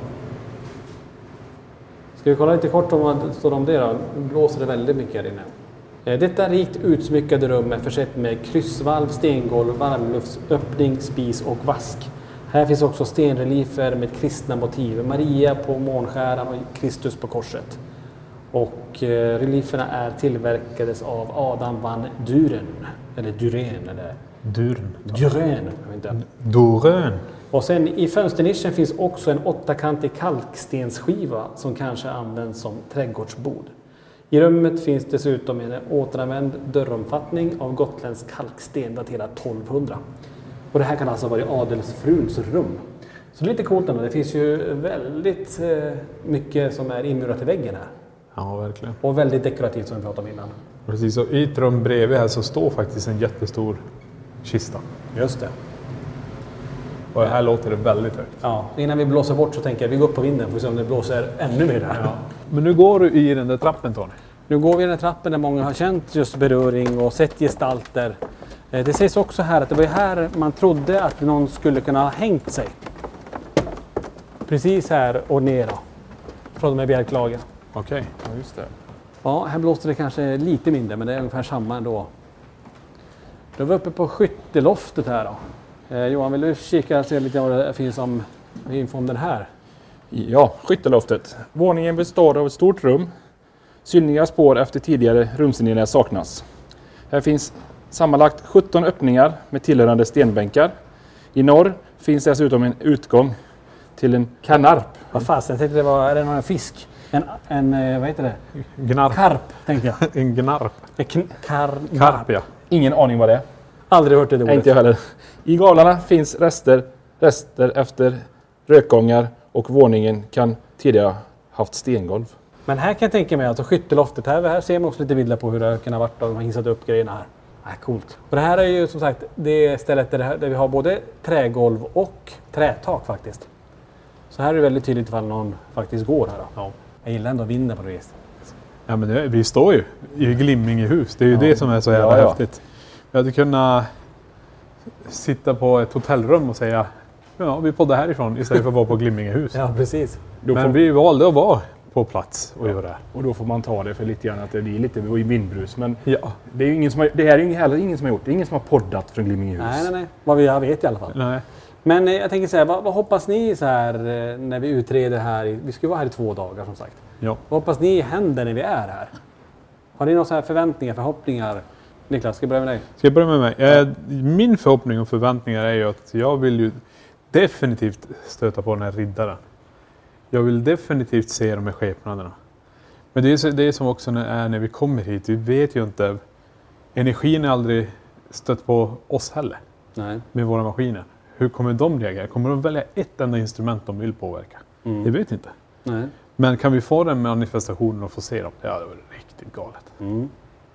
[SPEAKER 7] Ska vi kolla lite kort om vad står om det då? Nu blåser det väldigt mycket här inne. Detta rikt utsmyckade rum är försett med kryssvalv, stengolv, varmluftsöppning, spis och vask. Här finns också stenreliefer med kristna motiv. Maria på månskäran och Kristus på korset. Och eh, relieferna är tillverkades av Adam van Duren. Eller Duren. Eller
[SPEAKER 6] Duren.
[SPEAKER 7] Duren. Jag vet inte.
[SPEAKER 6] Duren.
[SPEAKER 7] Och sen i fönsternischen finns också en åttakantig kalkstensskiva som kanske används som trädgårdsbord. I rummet finns dessutom en återanvänd dörromfattning av gotländsk kalksten daterad tolvhundra. Och det här kan alltså vara adelsfruns rum. Så det är lite coolt ändå. Det finns ju väldigt eh, mycket som är inmurat i väggen här.
[SPEAKER 6] Ja, verkligen.
[SPEAKER 7] Och väldigt dekorativt som vi pratade om innan.
[SPEAKER 6] Precis, och i ett rum bredvid här så står faktiskt en jättestor kista.
[SPEAKER 7] Just det.
[SPEAKER 6] Och här låter det väldigt högt.
[SPEAKER 7] Ja, innan vi blåser bort så tänker jag att vi går upp på vinden för att se om det blåser ännu mer här.
[SPEAKER 6] Ja. Men nu går du i den där trappen, Tony.
[SPEAKER 7] Nu går vi i den där trappen där många har känt just beröring och sett gestalter. Det sägs också här att det var här man trodde att någon skulle kunna ha hängt sig. Precis här och nere. Från de här bjälklagen.
[SPEAKER 6] Okej. Okay.
[SPEAKER 8] Ja, just det.
[SPEAKER 7] Ja, här blåste det kanske lite mindre men det är ungefär samma ändå. Då är vi uppe på skytteloftet här då. Eh, Johan, vill du kika och se lite vad det finns om info om den här?
[SPEAKER 8] Ja, skytteloftet. Våningen består av ett stort rum. Synliga spår efter tidigare rumsindelningar saknas. Här finns sammanlagt sjutton öppningar med tillhörande stenbänkar. I norr finns dessutom en utgång till en kanarp.
[SPEAKER 7] Vad fast, jag tänkte det var, är det någon fisk? En, en vad heter det?
[SPEAKER 6] Gnarp.
[SPEAKER 7] Karp, tänkte jag.
[SPEAKER 6] En gnarp.
[SPEAKER 7] En kn- kar-
[SPEAKER 6] Karp, ja.
[SPEAKER 8] Ingen aning vad det är.
[SPEAKER 7] Aldrig hört det ordet.
[SPEAKER 8] Inte jag heller. I gavlarna finns rester, rester efter rökgångar och våningen kan tidigare haft stengolv.
[SPEAKER 7] Men här kan jag tänka mig, alltså skytteloftet, här, här ser man också lite bilder på hur det kan ha varit och de har hissat upp grejerna här. Ah, coolt. Och det här är ju som sagt det stället där, det här, där vi har både trägolv och trätak faktiskt. Så här är det väldigt tydligt ifall någon faktiskt går här då. Ja. Jag gillar ändå vinden på det viset.
[SPEAKER 6] Ja, men det, vi står ju i Glimmingehus. Det är ju ja. det som är så jävla ja, ja. häftigt. Vi hade kunnat sitta på ett hotellrum och säga ja, vi poddar härifrån istället för att vara på Glimmingehus.
[SPEAKER 7] Ja, precis.
[SPEAKER 6] Då men får... vi valde att vara på plats och ja. göra det.
[SPEAKER 8] Och då får man ta det för lite grann att det är lite vindbrus. Men
[SPEAKER 6] ja.
[SPEAKER 8] det, är ju ingen som har, det här är ju heller ingen som har gjort. Det är ingen som har poddat från Glimmingehus.
[SPEAKER 7] Nej, nej, nej. Vad vi vet i alla fall.
[SPEAKER 6] Nej.
[SPEAKER 7] Men eh, jag tänker så här, vad, vad hoppas ni så här eh, när vi utreder här? I, vi ska vara här i två dagar som sagt.
[SPEAKER 6] Ja.
[SPEAKER 7] Vad hoppas ni händer när vi är här? Har ni några så här förväntningar, förhoppningar? Niklas, ska jag börja med dig?
[SPEAKER 6] Ska jag börja med mig? Ja. Min förhoppning och förväntningar är ju att jag vill ju definitivt stöta på den här riddaren. Jag vill definitivt se de här skepnaderna. Men det är, det är som också är när vi kommer hit. Vi vet ju inte. Energin är aldrig stött på oss heller.
[SPEAKER 7] Nej.
[SPEAKER 6] Med våra maskiner. Hur kommer de reagera? Kommer de välja ett enda instrument de vill påverka? Mm. Det vet inte.
[SPEAKER 7] Nej.
[SPEAKER 6] Men kan vi få den manifestationen och få se dem? Ja, det var riktigt galet.
[SPEAKER 7] Mm.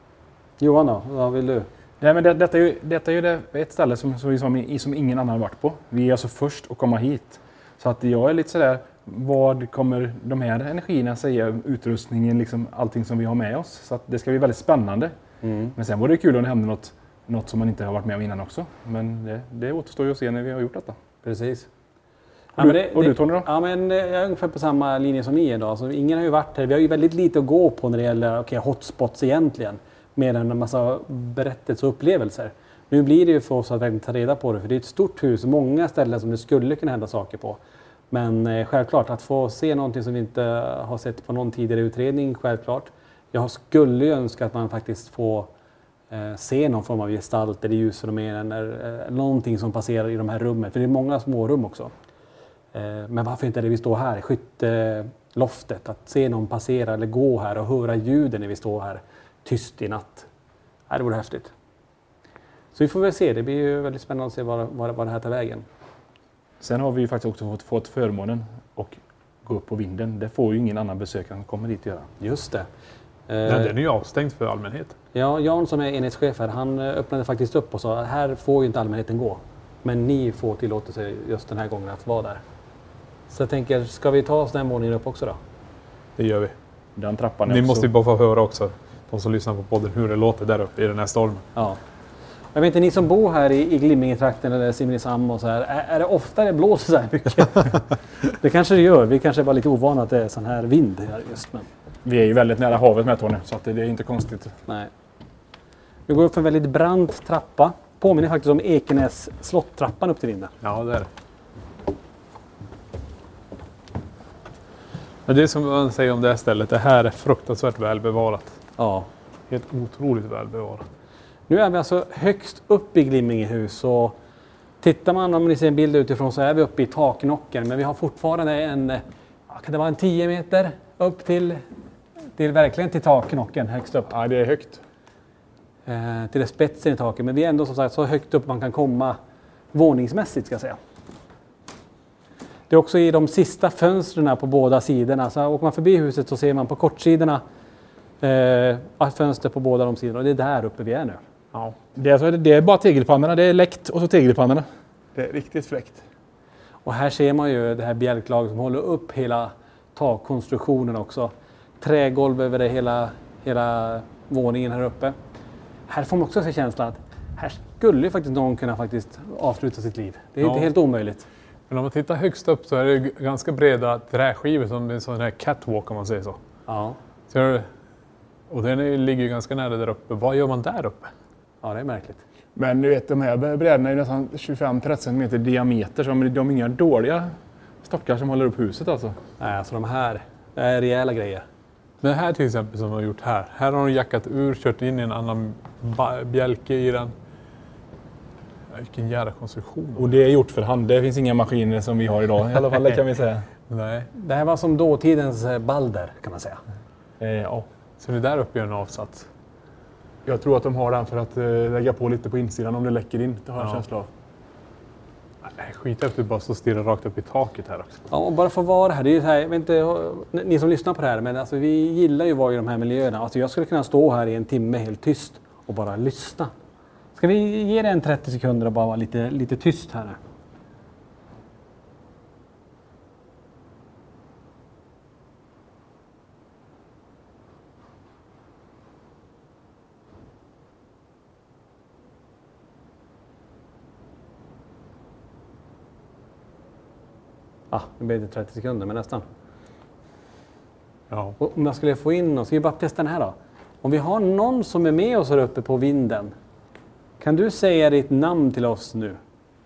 [SPEAKER 7] Johan då, vad vill du?
[SPEAKER 8] Nej, men det, detta är ju, detta är ju det, ett ställe som, som, som, som ingen annan har varit på. Vi är alltså först att komma hit. Så att jag är lite sådär, vad kommer de här energierna säga? Utrustningen, liksom allting som vi har med oss. Så att det ska bli väldigt spännande. Mm. Men sen var det kul om det hände något, något som man inte har varit med om innan också. Men det, det återstår ju att se när vi har gjort detta.
[SPEAKER 7] Precis.
[SPEAKER 8] Och, ja, du, det, och du Tony då?
[SPEAKER 7] Ja, men jag är ungefär på samma linje som ni idag. Så ingen har ju varit här. Vi har ju väldigt lite att gå på när det gäller okay, hotspots egentligen. Mer än en massa berättelser och upplevelser. Nu blir det ju för oss att verkligen ta reda på det. För det är ett stort hus och många ställen som det skulle kunna hända saker på. Men eh, självklart, att få se någonting som vi inte har sett på någon tidigare utredning, självklart. Jag skulle ju önska att man faktiskt får eh, se någon form av gestalt eller ljusfenomen eller eh, någonting som passerar i de här rummen. För det är många små rum också. Eh, men varför inte det vi står här, skytteloftet, att se någon passera eller gå här och höra ljuden när vi står här tyst i natt. Ja, det vore häftigt. Så vi får väl se, det blir ju väldigt spännande att se vad, vad, vad det här tar vägen.
[SPEAKER 8] Sen har vi ju faktiskt också fått, fått förmånen och gå upp på vinden. Det får ju ingen annan besökare som kommer dit att göra.
[SPEAKER 7] Just det.
[SPEAKER 6] Nej, eh, den är ju avstängd för allmänheten.
[SPEAKER 7] Ja, Jan som är enhetschef här, han öppnade faktiskt upp och sa att här får ju inte allmänheten gå. Men ni får tillåtelse just den här gången att vara där. Så jag tänker, ska vi ta oss den våningen upp också då?
[SPEAKER 6] Det gör vi.
[SPEAKER 8] Den trappan är
[SPEAKER 6] Ni
[SPEAKER 8] också...
[SPEAKER 6] måste ju bara få höra också, de som lyssnar på podden, hur det låter där uppe i den här stormen.
[SPEAKER 7] Ja. Jag vet inte, ni som bor här i, i Glimmingetrakten eller Simrishamn och så här, är, är det ofta det blåser så här mycket? Det kanske det gör, vi kanske är bara lite ovana att det är sån här vind här just. Men...
[SPEAKER 8] Vi är ju väldigt nära havet med Tony, så att det, det är inte konstigt.
[SPEAKER 7] Nej. Vi går upp för en väldigt brant trappa. Påminner faktiskt om Ekenäs slottrappan upp till vinden.
[SPEAKER 6] Ja, det är det. Men det som man säger om det här stället, det här är fruktansvärt välbevarat.
[SPEAKER 7] Ja.
[SPEAKER 6] Helt otroligt välbevarat.
[SPEAKER 7] Nu är vi alltså högst upp i Glimmingehus och tittar man, om ni ser en bild utifrån, så är vi uppe i taknocken. Men vi har fortfarande en, kan det vara en tio meter upp till, till verkligen till taknocken högst upp.
[SPEAKER 8] Ja, det är högt.
[SPEAKER 7] Eh, till det spetsen i taket, men vi är ändå som sagt så högt upp man kan komma våningsmässigt, ska jag säga. Det är också i de sista fönstren på båda sidorna, så åker man förbi huset så ser man på kortsidorna eh, fönster på båda de sidorna, och det är där uppe vi är nu.
[SPEAKER 8] Ja. Det, är alltså, det är bara tegelpannorna, det är läckt och så tegelpannorna. Det är riktigt fräckt.
[SPEAKER 7] Och här ser man ju det här bjälklaget som håller upp hela takkonstruktionen också. Trägolv över det hela, hela våningen här uppe. Här får man också se känslan att här skulle ju faktiskt någon kunna faktiskt avsluta sitt liv. Det är ja. inte helt omöjligt.
[SPEAKER 6] Men om man tittar högst upp så är det ganska breda träskivor som en sån här catwalk, om man säger så.
[SPEAKER 7] Ja.
[SPEAKER 6] Så och den ligger ju ganska nära där uppe. Vad gör man där uppe?
[SPEAKER 7] Ja, det är märkligt.
[SPEAKER 8] Men du vet, de här brädorna är nästan tjugofem till trettio centimeter diameter, så de, de är inga dåliga stockar som håller upp huset alltså.
[SPEAKER 7] Nej, alltså de här är rejäla grejer.
[SPEAKER 6] Det här till exempel som de har gjort här. Här har de jackat ur, kört in i en annan bjälke i den. Vilken jävla konstruktion.
[SPEAKER 8] Och det är gjort för hand. Det finns inga maskiner som vi har idag i alla fall, det kan vi säga.
[SPEAKER 6] Nej.
[SPEAKER 7] Det här var som dåtidens balder, kan man säga.
[SPEAKER 8] Eh, ja.
[SPEAKER 6] Så det där uppe är en avsats.
[SPEAKER 8] Jag tror att de har den för att uh, lägga på lite på insidan om det läcker in. Det har jag ja. känsla av.
[SPEAKER 6] Nej, skit efter bara så stirra rakt upp i taket här också.
[SPEAKER 7] Ja, och bara få vara här. Det är ju så här, jag vet inte, ni som lyssnar på det här, men alltså, vi gillar ju att vara i de här miljöerna. Alltså, jag skulle kunna stå här i en timme helt tyst och bara lyssna. Ska vi ge det en trettio sekunder och bara vara lite, lite tyst här? Ja, nu blir det trettio sekunder, men nästan.
[SPEAKER 6] Ja.
[SPEAKER 7] Och om jag skulle få in oss, ska vi bara testa den här då? Om vi har någon som är med oss här uppe på vinden, kan du säga ditt namn till oss nu?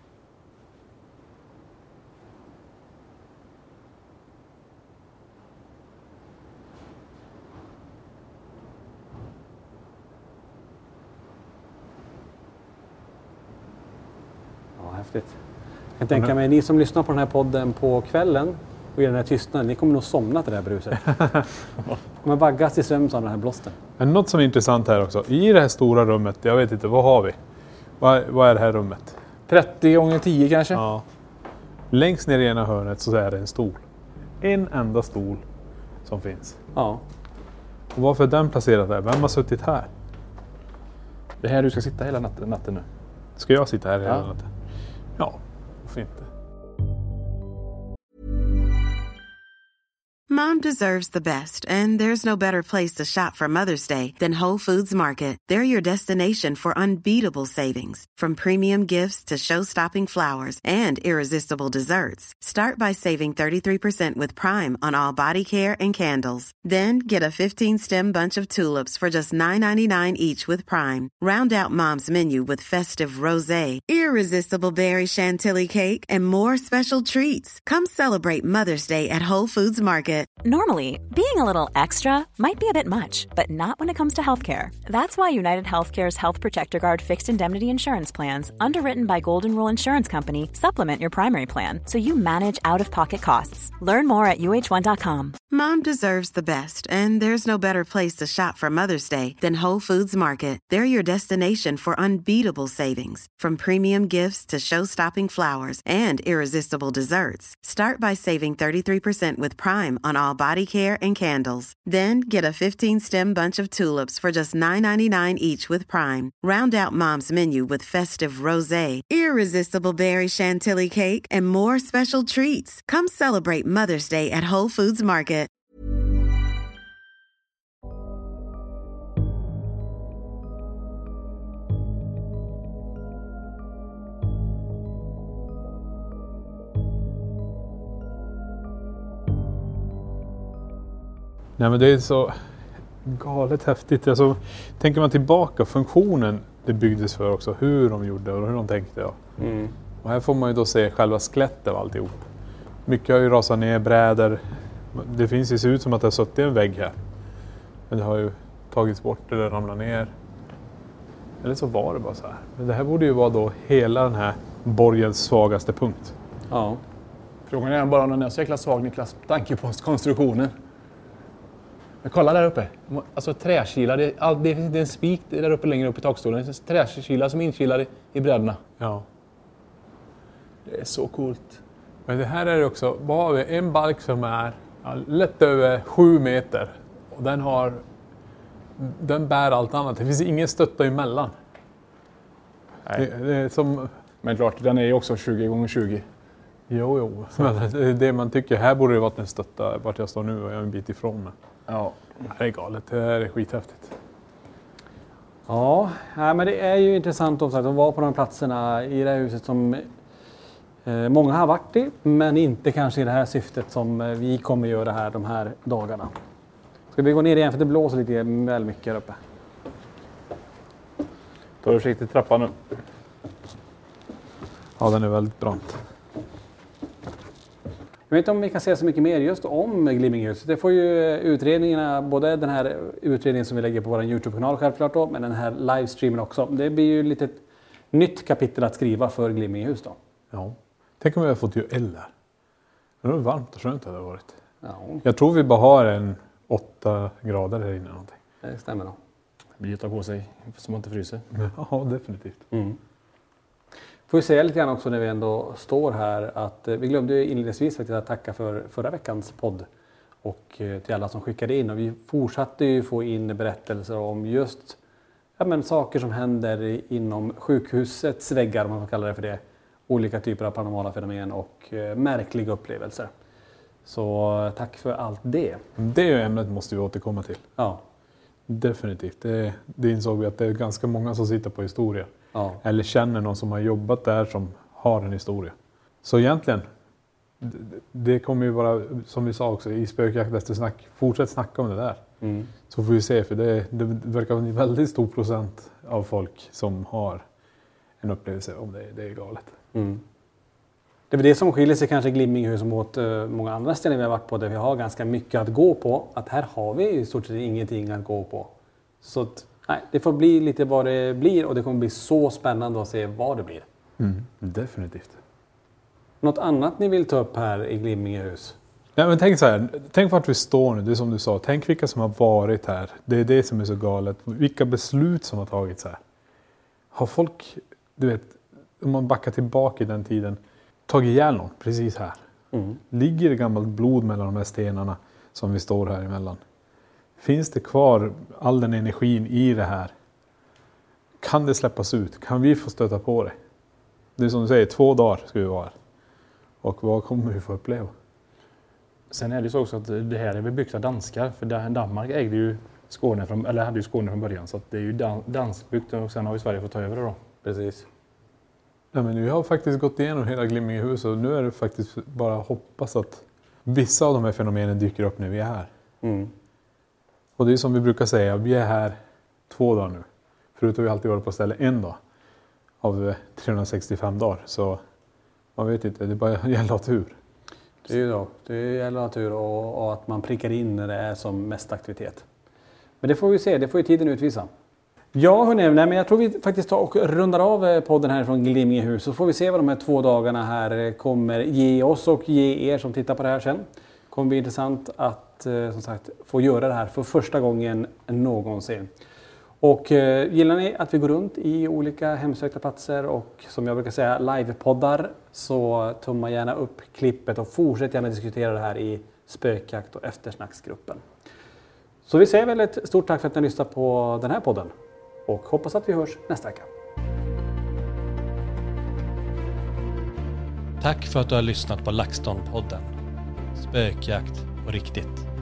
[SPEAKER 7] Ja, häftigt. Jag kan tänka mig, ni som lyssnar på den här podden på kvällen och i den här tystnaden, ni kommer nog somna till det här bruset. Man vaggas i sömn av den här blåsten.
[SPEAKER 6] Men något som är intressant här också, i det här stora rummet, jag vet inte, vad har vi? Vad, vad är det här rummet?
[SPEAKER 8] trettio gånger tio kanske?
[SPEAKER 6] Ja. Längst ner i ena hörnet så är det en stol. En enda stol som finns.
[SPEAKER 7] Ja.
[SPEAKER 6] Och varför är den placerad där? Vem har suttit här?
[SPEAKER 8] Det är här du ska sitta hela natten, natten nu.
[SPEAKER 6] Ska jag sitta här hela
[SPEAKER 8] ja.
[SPEAKER 6] natten? Ja, varför inte?
[SPEAKER 12] Mom deserves the best, and there's no better place to shop for Mother's Day than Whole Foods Market. They're your destination for unbeatable savings, from premium gifts to show-stopping flowers and irresistible desserts. Start by saving thirty-three percent with Prime on all body care and candles. Then get a fifteen-stem bunch of tulips for just nine ninety-nine each with Prime. Round out Mom's menu with festive rosé, irresistible berry chantilly cake, and more special treats. Come celebrate Mother's Day at Whole Foods Market.
[SPEAKER 3] Normally, being a little extra might be a bit much, but not when it comes to healthcare. That's why United Healthcare's Health Protector Guard fixed indemnity insurance plans, underwritten by Golden Rule Insurance Company, supplement your primary plan so you manage out-of-pocket costs. Learn more at U H one dot com.
[SPEAKER 12] Mom deserves the best, and there's no better place to shop for Mother's Day than Whole Foods Market. They're your destination for unbeatable savings, from premium gifts to show-stopping flowers and irresistible desserts. Start by saving thirty-three percent with Prime on all body care and candles. Then get a fifteen-stem bunch of tulips for just nine ninety-nine each with Prime. Round out Mom's menu with festive rosé, irresistible berry chantilly cake, and more special treats. Come celebrate Mother's Day at Whole Foods Market.
[SPEAKER 6] Nej, men det är så galet häftigt. Alltså, tänker man tillbaka, funktionen det byggdes för också, hur de gjorde och hur de tänkte. Ja. Mm. Och här får man ju då se själva skelettet av alltihop. Mycket har ju rasat ner, brädor. Det finns ju, ser ut som att det har suttit en vägg här. Men det har ju tagits bort eller ramlat ner. Eller så var det bara så här. Men det här borde ju vara då hela den här borgens svagaste punkt.
[SPEAKER 8] Ja. Frågan är bara om den är så jäkla svag, Niklas, med tanke på konstruktionen. Men kolla där uppe. Alltså träkilar, det är, all, det är en spik där uppe längre upp i takstolen. Det är träkilar som är inkilade i brädorna.
[SPEAKER 6] Ja.
[SPEAKER 8] Det är så coolt.
[SPEAKER 6] Men det här är också, vad har vi? En balk som är ja, lätt över sju meter. Och den har, den bär allt annat. Det finns ingen stötta emellan.
[SPEAKER 8] Nej.
[SPEAKER 6] Det, det är som...
[SPEAKER 8] Men klart, den är ju också tjugo gånger tjugo.
[SPEAKER 6] Jo, jo. Men det är det man tycker. Här borde det varit en stötta vart jag står nu och jag är en bit ifrån mig.
[SPEAKER 8] Ja.
[SPEAKER 6] Det är galet. Det här är skithäftigt.
[SPEAKER 7] Ja, men det är ju intressant att vara på de platserna i det här huset som eh, många har varit i, men inte kanske i det här syftet som vi kommer göra här de här dagarna. Ska vi gå ner igen för det blåser lite väl mycket här uppe.
[SPEAKER 8] Ta försiktigt trappan nu.
[SPEAKER 6] Ja, den är väldigt brant.
[SPEAKER 7] Jag vet inte om vi kan säga så mycket mer just om Glimminghuset. Det får ju utredningarna, både den här utredningen som vi lägger på vår YouTube-kanal självklart då, men den här livestreamen också. Det blir ju lite ett nytt kapitel att skriva för Glimminghus då.
[SPEAKER 6] Ja. Tänk om vi har fått ju eld där. Det var varmt och skönt det har varit.
[SPEAKER 7] Ja.
[SPEAKER 6] Jag tror vi bara har en åtta grader här inne någonting.
[SPEAKER 7] Det stämmer då.
[SPEAKER 8] Det blir att ta på sig så man inte fryser.
[SPEAKER 6] Ja, definitivt.
[SPEAKER 7] Mm. Får vi säga lite grann också när vi ändå står här att vi glömde ju inledningsvis att tacka för förra veckans podd och till alla som skickade in, och vi fortsatte ju få in berättelser om just ja, men, saker som händer inom sjukhusets väggar, om man får kalla det för det, olika typer av paranormala fenomen och eh, märkliga upplevelser. Så tack för allt det.
[SPEAKER 6] Det är ju ämnet måste vi återkomma till.
[SPEAKER 7] Ja.
[SPEAKER 6] Definitivt. Det, det insåg vi att det är ganska många som sitter på historia.
[SPEAKER 7] Ja.
[SPEAKER 6] Eller känner någon som har jobbat där som har en historia. Så egentligen, det, det kommer ju vara, som vi sa också, i spökjakt efter snack. Fortsätt snacka om det där. Mm. Så får vi se, för det, det verkar vara en väldigt stor procent av folk som har en upplevelse om det. Det är galet.
[SPEAKER 7] Mm. Det är väl det som skiljer sig kanske Glimminghus mot uh, många andra ställen vi har varit på, där vi har ganska mycket att gå på. Att här har vi i stort sett ingenting att gå på. Så att, nej, det får bli lite vad det blir, och det kommer bli så spännande att se vad det blir.
[SPEAKER 6] Mm, definitivt.
[SPEAKER 7] Något annat ni vill ta upp här i Glimminghus?
[SPEAKER 6] Ja, men tänk så här, tänk vart vi står nu, det är som du sa. Tänk vilka som har varit här. Det är det som är så galet. Vilka beslut som har tagits här. Har folk, du vet, om man backar tillbaka i den tiden, tagit ihjäl någon precis här. Mm. Ligger det gammalt blod mellan de här stenarna som vi står här emellan? Finns det kvar all den energin i det här? Kan det släppas ut? Kan vi få stöta på det? Det är som du säger, två dagar ska vi vara här. Och vad kommer vi få uppleva?
[SPEAKER 8] Sen är det ju så också att det här är byggt av danskar. För Danmark ägde ju Skåne från, eller hade ju Skåne från början. Så att det är ju danskbyggt, och sen har ju Sverige fått ta över det då.
[SPEAKER 7] Precis.
[SPEAKER 6] Ja, men vi har faktiskt gått igenom hela Glimmingehus, och nu är det faktiskt bara att hoppas att vissa av de här fenomenen dyker upp när vi är här. Mm. Och det är som vi brukar säga, vi är här två dagar nu. Förut har vi alltid varit på ställe en dag av trehundrasextiofem dagar. Så man vet inte, det bara gäller att ha tur.
[SPEAKER 7] Det är ju då, det gäller att ha tur och, och att man prickar in när det är som mest aktivitet. Men det får vi se, det får ju tiden utvisa. Ja hörni, men jag tror vi faktiskt tar och rundar av podden här från Glimmingehus, så får vi se vad de här två dagarna här kommer ge oss och ge er som tittar på det här sen. kommer bli intressant att eh, som sagt få göra det här för första gången någonsin. Och eh, gillar ni att vi går runt i olika hemsökta platser och som jag brukar säga livepoddar, så tumma gärna upp klippet och fortsätt gärna diskutera det här i spökjakt och eftersnacksgruppen. Så vi säger väl ett stort tack för att ni lyssnar på den här podden och hoppas att vi hörs nästa vecka.
[SPEAKER 5] Tack för att du har lyssnat på LaxTon-podden. Spökjakt på riktigt.